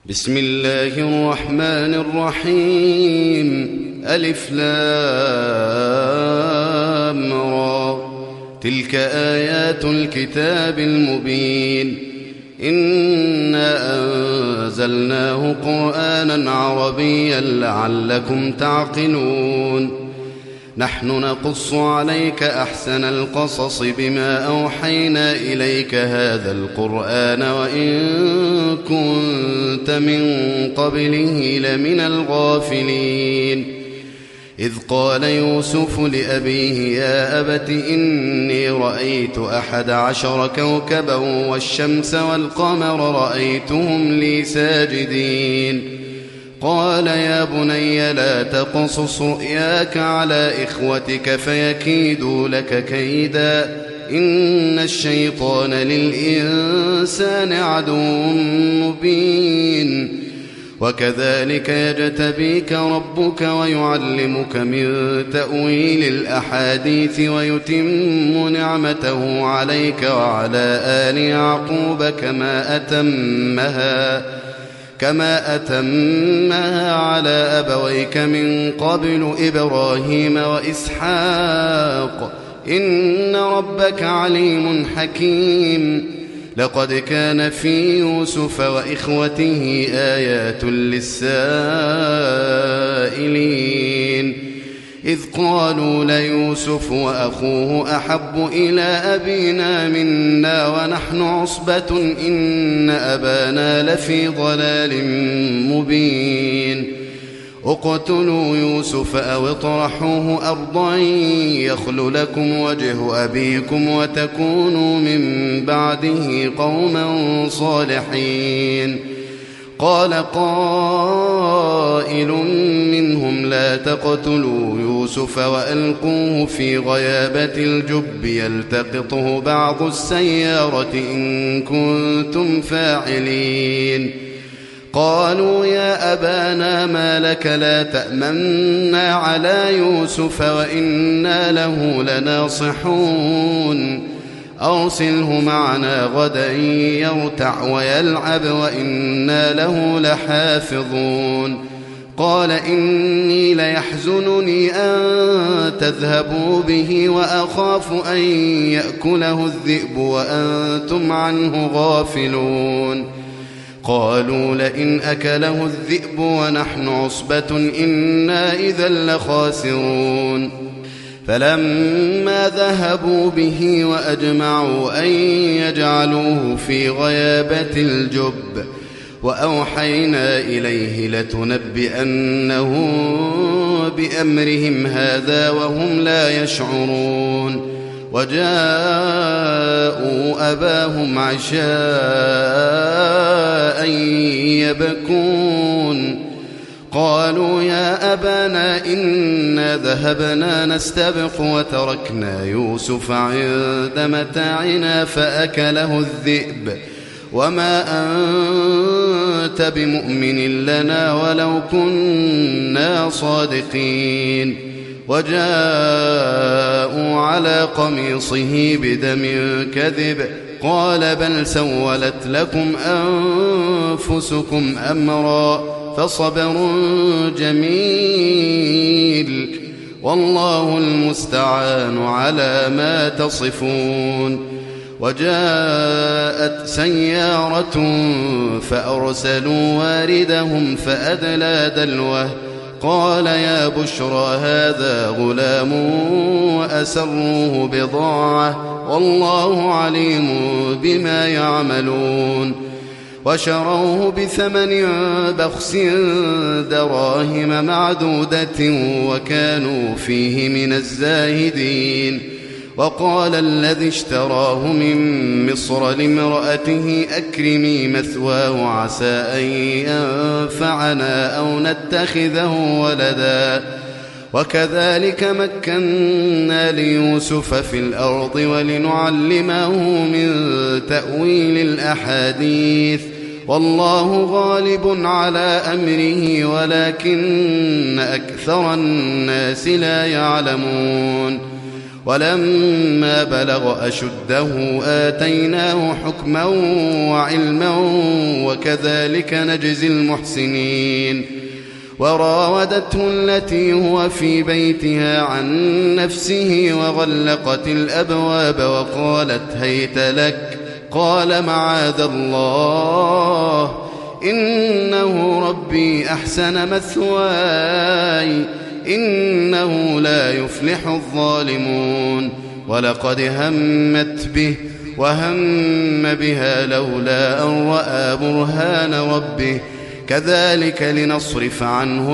بسم الله الرحمن الرحيم. ألف لام را. تلك آيات الكتاب المبين. إنا أنزلناه قرآنا عربيا لعلكم تعقلون. نحن نقص عليك أحسن القصص بما أوحينا إليك هذا القرآن وإن كنت من قبله لمن الغافلين. إذ قال يوسف لأبيه يا أبت إني رأيت 11 كوكبا والشمس والقمر رأيتهم لي ساجدين. قال يا بني لا تقصص رؤياك على إخوتك فيكيدوا لك كيدا إن الشيطان للإنسان عدو مبين. وكذلك يجتبيك ربك ويعلمك من تأويل الأحاديث ويتم نعمته عليك وعلى آل يعقوب كما أتمها على أبويك من قبل إبراهيم وإسحاق إن ربك عليم حكيم. لقد كان في يوسف وإخوته آيات للسائلين إذ قالوا ليوسف وأخوه أحب إلى أبينا منا ونحن عصبة إن أبانا لفي ضلال مبين. اقتلوا يوسف أو اطرحوه أرضا يخل لكم وجه أبيكم وتكونوا من بعده قوما صالحين. قال قائل منهم لا تقتلوا يوسف وألقوه في غيابة الجب يلتقطه بعض السيارة إن كنتم فاعلين. قالوا يا أبانا ما لك لا تأمنا على يوسف وإنا له لناصحون. أرسله معنا غدا يرتع ويلعب وإنا له لحافظون. قال إني ليحزنني أن تذهبوا به وأخاف أن يأكله الذئب وأنتم عنه غافلون. قالوا لئن أكله الذئب ونحن عصبة إنا إذا لخاسرون. فلما ذهبوا به وأجمعوا أن يجعلوه في غيابة الجب وأوحينا إليه لتنبئنهم بأمرهم هذا وهم لا يشعرون. وجاءوا أباهم عشاء يبكون. قالوا يا أبانا إنا ذهبنا نستبق وتركنا يوسف عند متاعنا فأكله الذئب وما أنت بمؤمن لنا ولو كنا صادقين. وجاءوا على قميصه بدم كذب قال بل سولت لكم أنفسكم أمرا فصبر جميل والله المستعان على ما تصفون. وجاءت سيارة فأرسلوا واردهم فأدلى دلوه قال يا بشرى هذا غلام وأسروه بضاعة والله عليم بما يعملون. وشروه بثمن بخس دراهم معدودة وكانوا فيه من الزاهدين. وقال الذي اشتراه من مصر لامرأته أكرمي مثواه عسى أن ينفعنا أو نتخذه ولدا. وكذلك مكنا ليوسف في الأرض ولنعلمه من تأويل الأحاديث والله غالب على أمره ولكن أكثر الناس لا يعلمون. ولما بلغ أشده آتيناه حكما وعلما وكذلك نجزي المحسنين. وراودته التي هو في بيتها عن نفسه وغلقت الأبواب وقالت هيت لك، قال معاذ الله إنه ربي أحسن مثواي إنه لا يفلح الظالمون. ولقد همت به وهم بها لولا أن رأى برهان ربه كذلك لنصرف عنه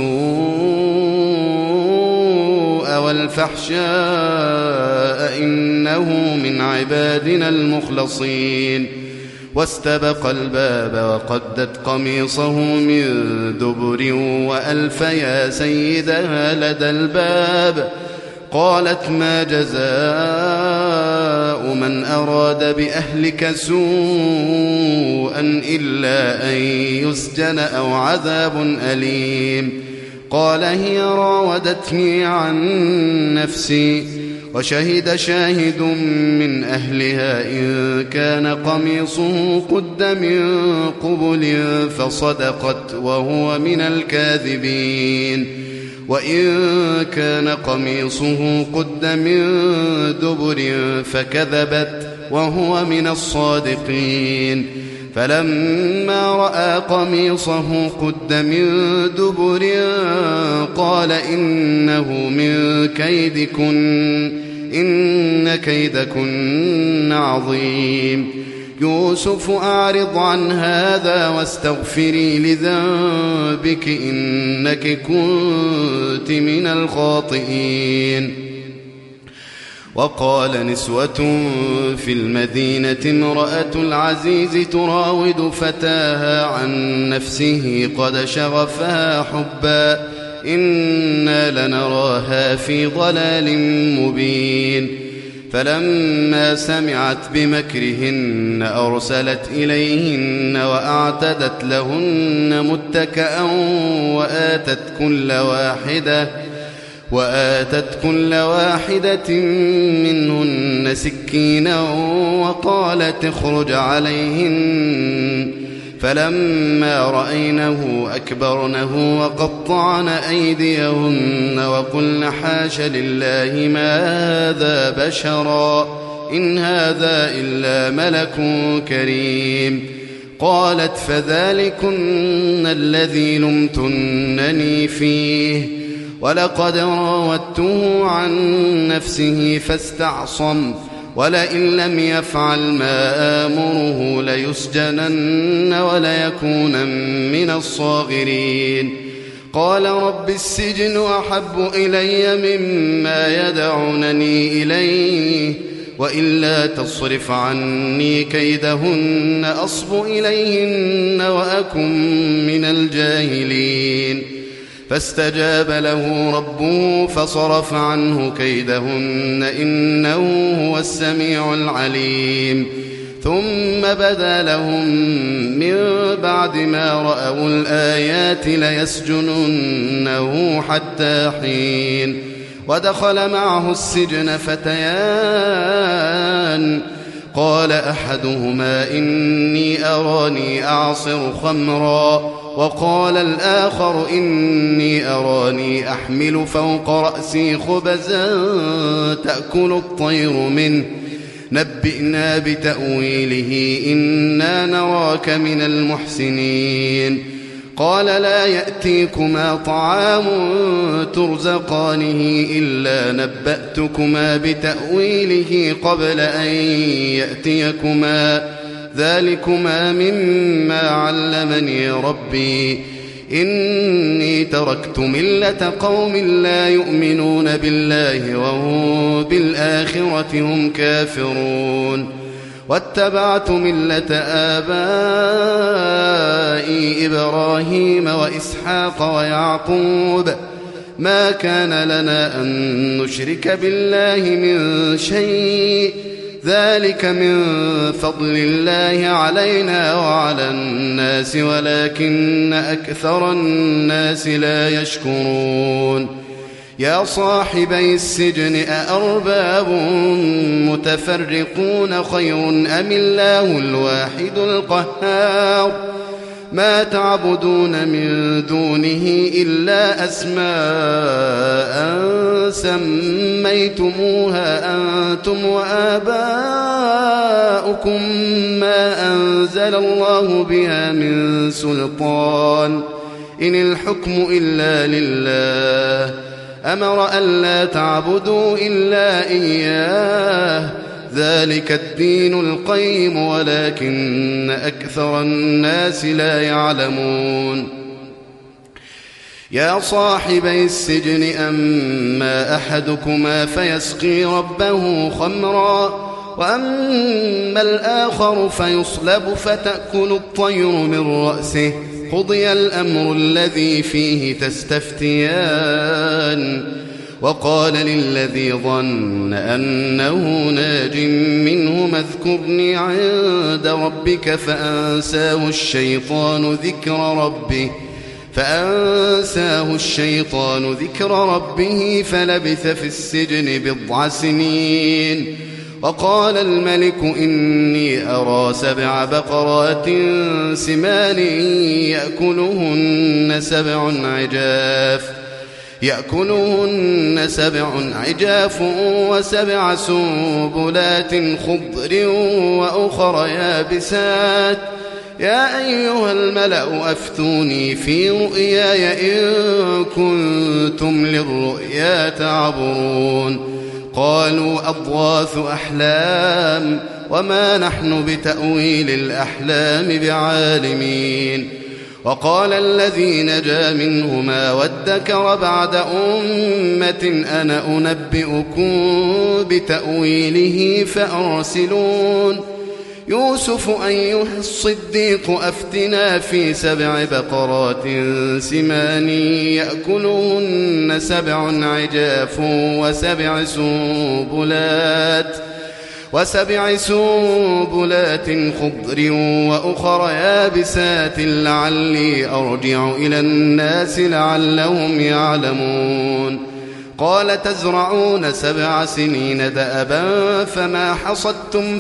السوء والفحشاء إنه من عبادنا المخلصين. واستبق الباب وقدت قميصه من دبر وألف يا سيدها لدى الباب. قالت ما جزاء من أراد بأهلك سوءا إلا أن يسجن أو عذاب أليم. قال هي راودتني عن نفسي. وشهد شاهد من أهلها إن كان قميصه قد من قبل فصدقت وهو من الكاذبين. وإن كان قميصه قد من دبر فكذبت وهو من الصادقين. فلما رأى قميصه قد من دبر قال إنه من كيدكن إن كيدكن عظيم. يوسف أعرض عن هذا واستغفري لذنبك إنك كنت من الخاطئين. وقال نسوة في المدينة امرأة العزيز تراود فتاها عن نفسه قد شغفها حبا إنا لنراها في ضلال مبين. فلما سمعت بمكرهن أرسلت إليهن وأعتدت لهن متكأ وآتت كل واحدة منهن سكينا وقالت اخرج عليهن. فلما رأينه أكبرنه وقطعن أيديهن وقلن حاش لله ما هذا بشرا إن هذا إلا ملك كريم. قالت فذلكن الذي لمتنني فيه ولقد راودته عن نفسه فاستعصم ولئن لم يفعل ما آمره ليسجنن وليكون من الصاغرين. قال رب السجن أحب إلي مما يدعونني إليه وإلا تصرف عني كيدهن أصب إليهن وأكن من الجاهلين. فاستجاب له ربه فصرف عنه كيدهن إنه هو السميع العليم. ثم بدا لهم من بعد ما رأوا الآيات ليسجننه حتى حين. ودخل معه السجن فتيان قال أحدهما إني أراني أعصر خمرا وقال الآخر إني أراني أحمل فوق رأسي خبزا تأكل الطير منه نبئنا بتأويله إنا نراك من المحسنين. قال لا يأتيكما طعام ترزقانه إلا نبأتكما بتأويله قبل أن يأتيكما ذلكما مما علمني ربي إني تركت ملة قوم لا يؤمنون بالله وهم بالآخرة هم كافرون واتبعت ملة آبائي إبراهيم وإسحاق ويعقوب ما كان لنا أن نشرك بالله من شيء ذلك من فضل الله علينا وعلى الناس ولكن أكثر الناس لا يشكرون. يا صاحبي السجن أأرباب متفرقون خير أم الله الواحد القهار ما تعبدون من دونه إلا أسماء سميتموها أنتم وآباؤكم ما أنزل الله بها من سلطان إن الحكم إلا لله أمر ألا تعبدوا إلا إياه ذلك الدين القيم ولكن أكثر الناس لا يعلمون يا صاحبي السجن أما أحدكما فيسقي ربه خمرا وأما الآخر فيصلب فتأكل الطير من رأسه قضي الأمر الذي فيه تستفتيان وقال للذي ظن أنه ناج منهما اذكرني عند ربك فأنساه الشيطان ذكر ربه فلبث في السجن 9 سنين وقال الملك إني أرى 7 بقرات سمان يأكلهن 7 عجاف و7 سنبلات خضر وأخر يابسات يا أيها الملأ أفتوني في رؤياي إن كنتم للرؤيا تعبرون قالوا أضغاث أحلام وما نحن بتأويل الأحلام بعالمين وقال الذي نجا منهما وادكر بعد أمة أنا أنبئكم بتأويله فأرسلون يوسف أيها الصديق أفتنا في 7 بقرات سمان يأكلهن 7 عجاف و7 سنبلات خضر وأخر يابسات لعلي أرجع إلى الناس لعلهم يعلمون قال تزرعون 7 سنين دأبا فما حصدتم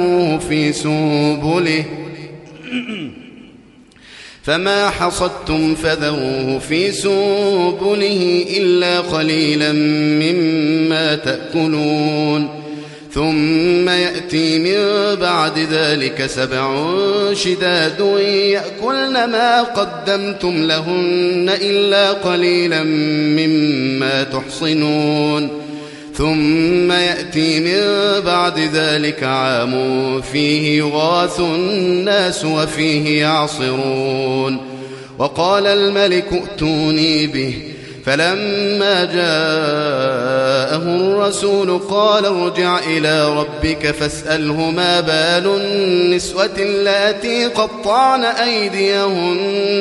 فذروه في سنبله إلا قليلا مما تأكلون ثم يأتي من بعد ذلك 7 شداد يأكلن ما قدمتم لهن إلا قليلا مما تحصنون ثم يأتي من بعد ذلك عام فيه يغاث الناس وفيه يعصرون وقال الملك ائتوني به فلما جاءه الرسول قال ارجع إلى ربك فاسأله ما بال النسوة اللاتي قطعن أيديهن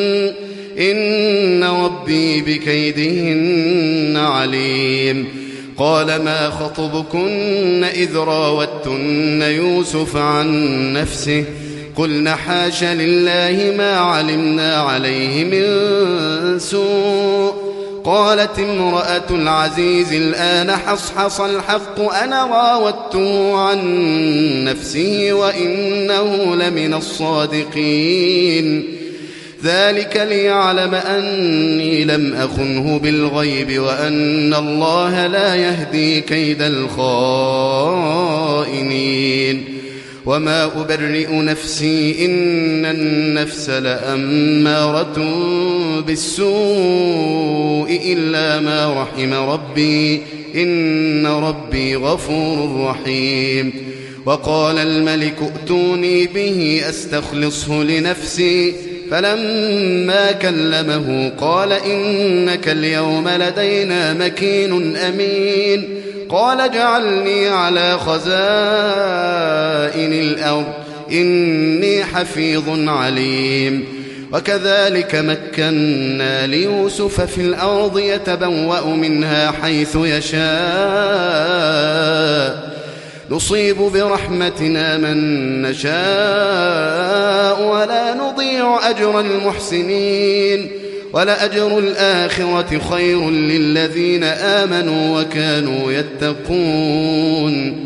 إن ربي بكيدهن عليم قال ما خطبكن إذ راوتن يوسف عن نفسه قلن حاش لله ما علمنا عليه من سوء قالت امرأة العزيز الآن حصحص الحق أنا راودته عن نفسه وإنه لمن الصادقين ذلك ليعلم أني لم أخنه بالغيب وأن الله لا يهدي كيد الخائنين وما أبرئ نفسي إن النفس لأمارة بالسوء إلا ما رحم ربي إن ربي غفور رحيم وقال الملك ائتوني به أستخلصه لنفسي فلما كلمه قال إنك اليوم لدينا مكين أمين قال اجعلني على خزائن الأرض إني حفيظ عليم وكذلك مكنا ليوسف في الأرض يتبوأ منها حيث يشاء نصيب برحمتنا من نشاء ولا نضيع أجر المحسنين ولأجر الآخرة خير للذين آمنوا وكانوا يتقون.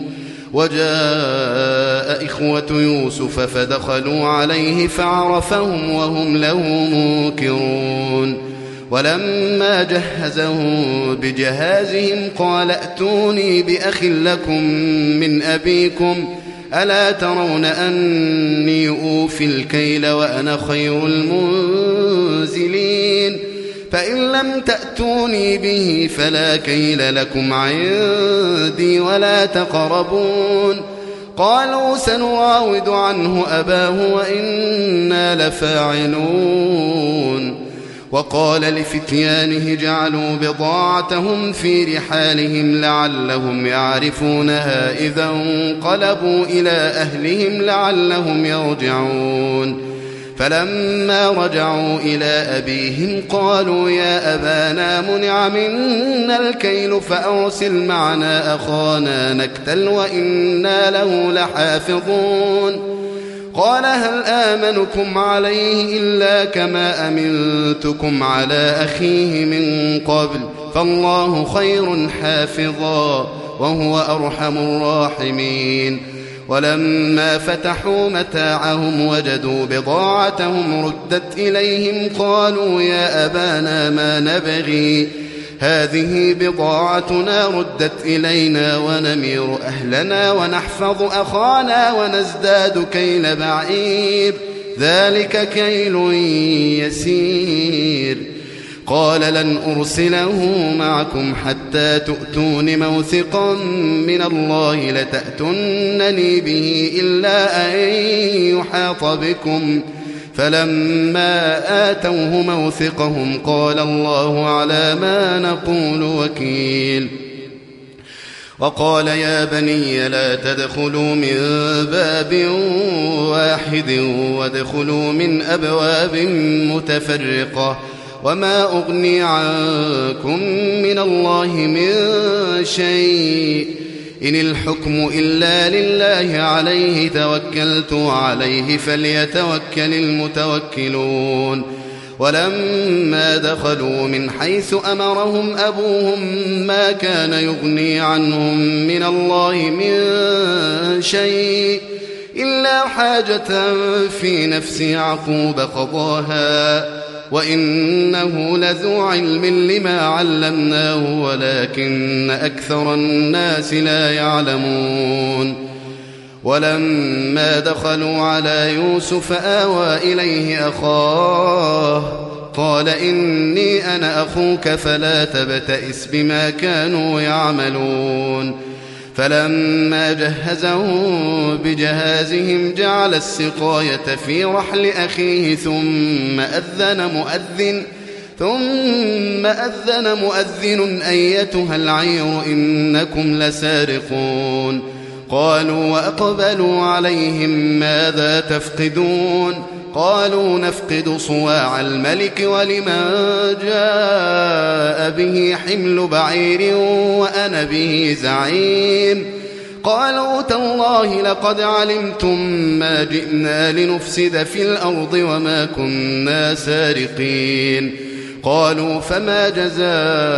وجاء إخوة يوسف فدخلوا عليه فعرفهم وهم له منكرون. ولما جهزهم بجهازهم قال ائتوني بأخ لكم من أبيكم ألا ترون أني أوفي الكيل وأنا خير المنزلين فإن لم تأتوني به فلا كيل لكم عندي ولا تقربون. قالوا سنراود عنه أباه وإنا لفاعلون. وقال لفتيانه جعلوا بضاعتهم في رحالهم لعلهم يعرفونها إذا انقلبوا إلى أهلهم لعلهم يرجعون. فلما رجعوا إلى أبيهم قالوا يا أبانا منع منا الكيل فأرسل معنا أخانا نكتل وإنا له لحافظون. قال هل آمنكم عليه إلا كما أمنتكم على أخيه من قبل فالله خير حافظا وهو أرحم الراحمين. ولما فتحوا متاعهم وجدوا بضاعتهم ردت إليهم قالوا يا أبانا ما نبغي هذه بضاعتنا ردت إلينا ونمير أهلنا ونحفظ أخانا ونزداد كيل بعير ذلك كيل يسير. قال لن أرسله معكم حتى تؤتون موثقا من الله لتأتونني به إلا أن يحاط بكم. فلما آتوه موثقهم قال الله على ما نقول وكيل. وقال يا بني لا تدخلوا من باب واحد وادخلوا من أبواب متفرقة وما أغني عنكم من الله من شيء إن الحكم إلا لله عليه توكلت عليه فليتوكل المتوكلون. ولما دخلوا من حيث أمرهم أبوهم ما كان يغني عنهم من الله من شيء إلا حاجة في نفس يعقوب قضاها وإنه لذو علم لما علمناه ولكن أكثر الناس لا يعلمون. ولما دخلوا على يوسف آوى إليه أخاه قال إني أنا أخوك فلا تبتئس بما كانوا يعملون. فلما جهزهم بجهازهم جعل السقاية في رحل أخيه ثم أذن مؤذن أيتها العير إنكم لسارقون. قالوا وأقبلوا عليهم ماذا تفقدون قالوا نفقد صواع الملك ولمن جاء به حمل بعير وأنا به زعيم. قالوا تالله لقد علمتم ما جئنا لنفسد في الأرض وما كنا سارقين. قالوا فما جزاؤه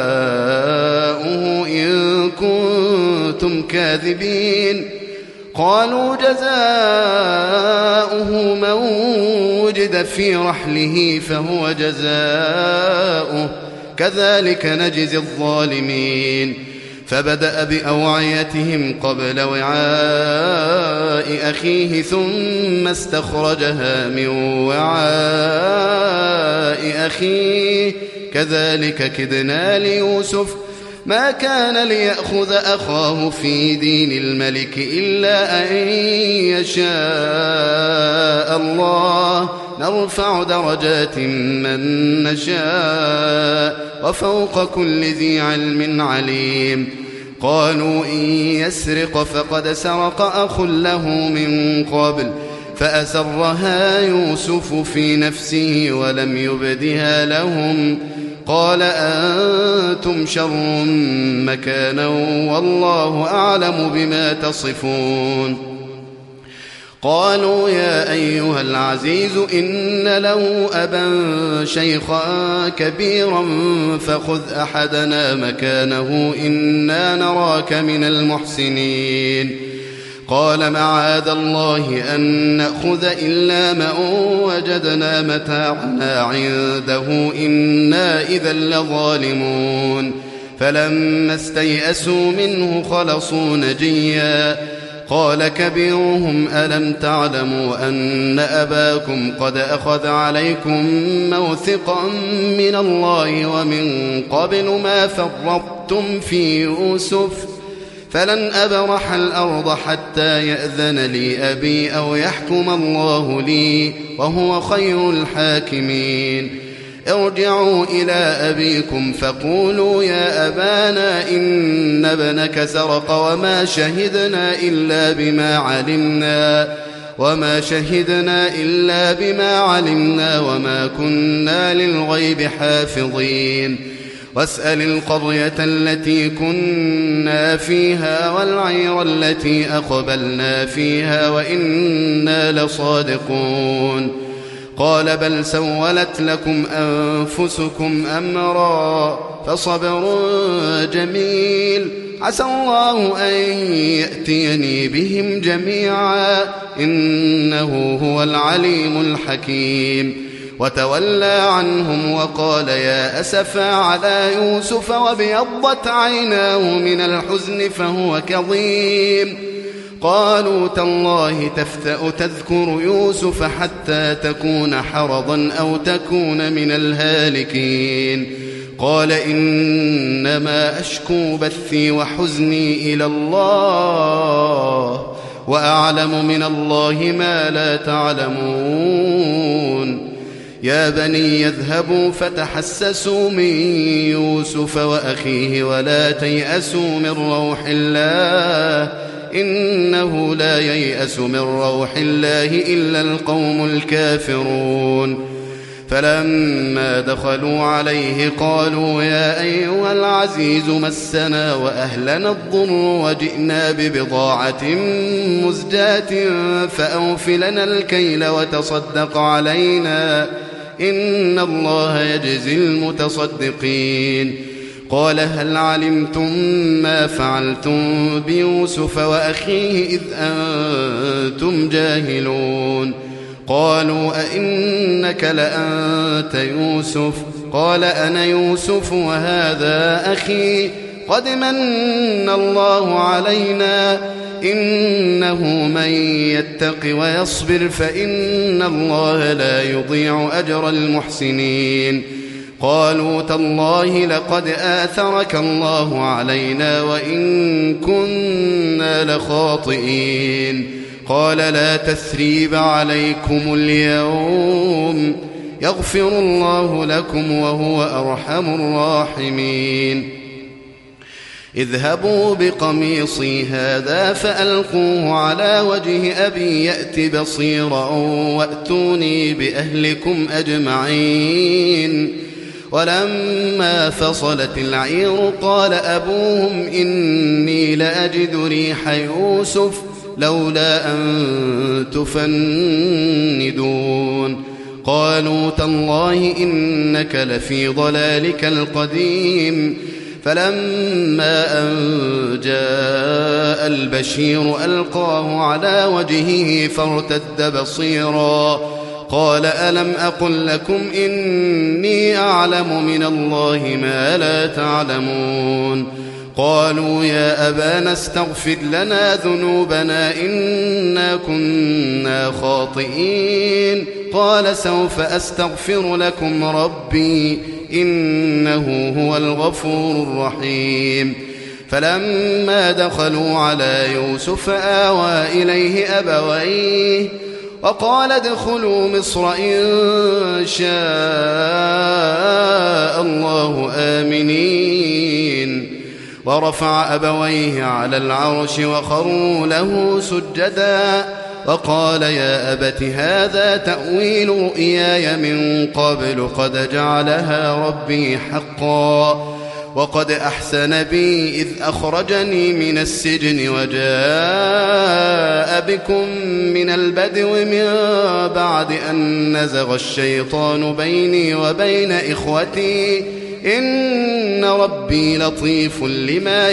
إن كنتم كاذبين. قالوا جزاؤه من وجد في رحله فهو جزاؤه كذلك نجزي الظالمين. فبدأ بأوعيتهم قبل وعاء أخيه ثم استخرجها من وعاء أخيه كذلك كدنا ليوسف ما كان ليأخذ أخاه في دين الملك إلا أن يشاء الله نرفع درجات من نشاء وفوق كل ذي علم عليم. قالوا إن يسرق فقد سرق أخ له من قبل فأسرها يوسف في نفسه ولم يبدها لهم. قال أنتم شر مكانا والله أعلم بما تصفون. قالوا يا أيها العزيز إن له أبا شيخا كبيرا فخذ أحدنا مكانه إنا نراك من المحسنين قال معاذ الله أن نأخذ إلا من وجدنا متاعنا عنده إنا إذا لظالمون فلما استيئسوا منه خلصوا نجيا قال كبيرهم ألم تعلموا أن أباكم قد أخذ عليكم موثقا من الله ومن قبل ما فرطتم في يوسف فلن أبرح الأرض حتى يأذن لي أبي أو يحكم الله لي وهو خير الحاكمين ارجعوا إلى أبيكم فقولوا يا أبانا إن ابنك سرق وما شهدنا إلا بما علمنا وما كنا للغيب حافظين واسأل القرية التي كنا فيها والعير التي أقبلنا فيها وإنا لصادقون قال بل سولت لكم أنفسكم أمرا فصبر جميل عسى الله أن يأتيني بهم جميعا إنه هو العليم الحكيم وتولى عنهم وقال يا أسفا على يوسف وابيضت عيناه من الحزن فهو كظيم قالوا تالله تفتأ تذكر يوسف حتى تكون حرضا أو تكون من الهالكين قال إنما أشكو بثي وحزني إلى الله وأعلم من الله ما لا تعلمون يا بني يذهبوا فتحسسوا من يوسف وأخيه ولا تيأسوا من روح الله إنه لا ييأس من روح الله إلا القوم الكافرون فلما دخلوا عليه قالوا يا أيها العزيز مسنا وأهلنا الضر وجئنا ببضاعة مزجاة فأوف لنا الكيل وتصدق علينا إن الله يجزي المتصدقين قال هل علمتم ما فعلتم بيوسف وأخيه إذ أنتم جاهلون قالوا أئنك لأنت يوسف قال أنا يوسف وهذا أخي قد من الله علينا إنه من يتق ويصبر فإن الله لا يضيع أجر المحسنين قالوا تالله لقد آثرك الله علينا وإن كنا لخاطئين قال لا تثريب عليكم اليوم يغفر الله لكم وهو أرحم الراحمين اذهبوا بقميصي هذا فألقوه على وجه أبي يأت بصيرا وأتوني بأهلكم أجمعين ولما فصلت العير قال أبوهم إني لأجد ريح يوسف لولا أن تفندون قالوا تالله إنك لفي ضلالك القديم فلما أن جاء البشير ألقاه على وجهه فارتد بصيرا قال ألم أقل لكم إني أعلم من الله ما لا تعلمون قالوا يا أبانا استغفر لنا ذنوبنا إنا كنا خاطئين قال سوف أستغفر لكم ربي إنه هو الغفور الرحيم فلما دخلوا على يوسف آوى إليه أبويه وقال ادخلوا مصر إن شاء الله آمنين ورفع أبويه على العرش وخروا له سجدا وقال يا أبت هذا تأويل رؤياي من قبل قد جعلها ربي حقا وقد أحسن بي إذ أخرجني من السجن وجاء بكم من البدو من بعد أن نزغ الشيطان بيني وبين إخوتي إن ربي لطيف لما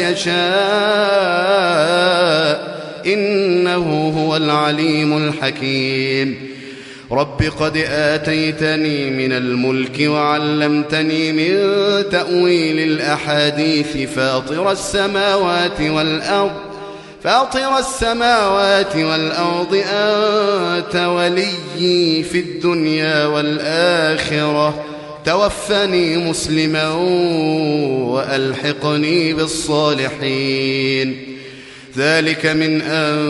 يشاء إنه هو العليم الحكيم. رب قد آتيتني من الملك وعلمتني من تأويل الأحاديث فاطر السماوات والأرض أنت وليي في الدنيا والآخرة توفني مسلما وألحقني بالصالحين. ذلك من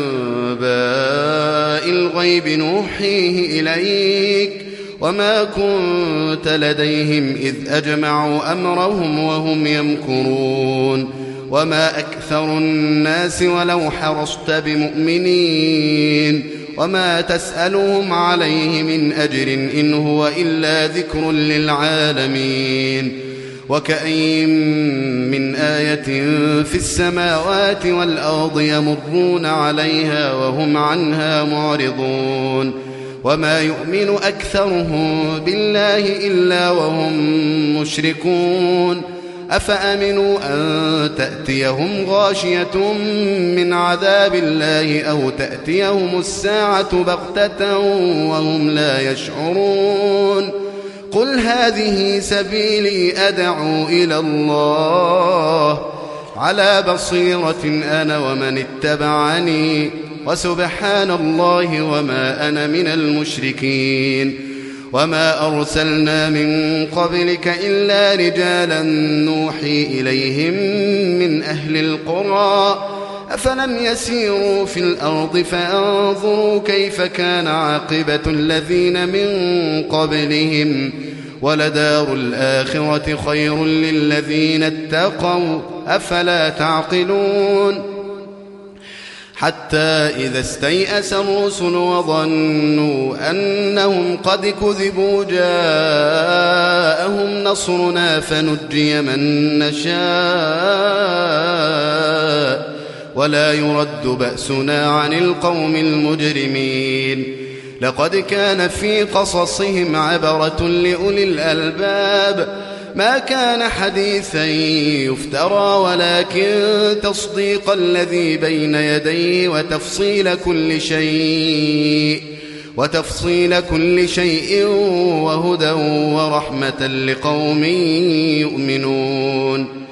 أنباء الغيب نوحيه إليك وما كنت لديهم إذ أجمعوا أمرهم وهم يمكرون وما أكثر الناس ولو حرصت بمؤمنين وما تسألهم عليه من أجر إن هو إلا ذكر للعالمين. وكأين من آية في السماوات والأرض يمرون عليها وهم عنها معرضون وما يؤمن أكثرهم بالله إلا وهم مشركون. أفأمنوا أن تأتيهم غاشية من عذاب الله أو تأتيهم الساعة بغتة وهم لا يشعرون. قل هذه سبيلي أدعو إلى الله على بصيرة أنا ومن اتبعني وسبحان الله وما أنا من المشركين. وما أرسلنا من قبلك إلا رجالا نوحي إليهم من أهل القرى أفلم يسيروا في الأرض فانظروا كيف كان عاقبة الذين من قبلهم ولدار الآخرة خير للذين اتقوا أفلا تعقلون. حتى إذا استيأس الرسل وظنوا أنهم قد كذبوا جاءهم نصرنا فنجي من نشاء ولا يرد بأسنا عن القوم المجرمين. لقد كان في قصصهم عبرة لأولي الألباب ما كان حديثا يفترى ولكن تصديق الذي بين يديه وتفصيل كل شيء وهدى ورحمة لقوم يؤمنون.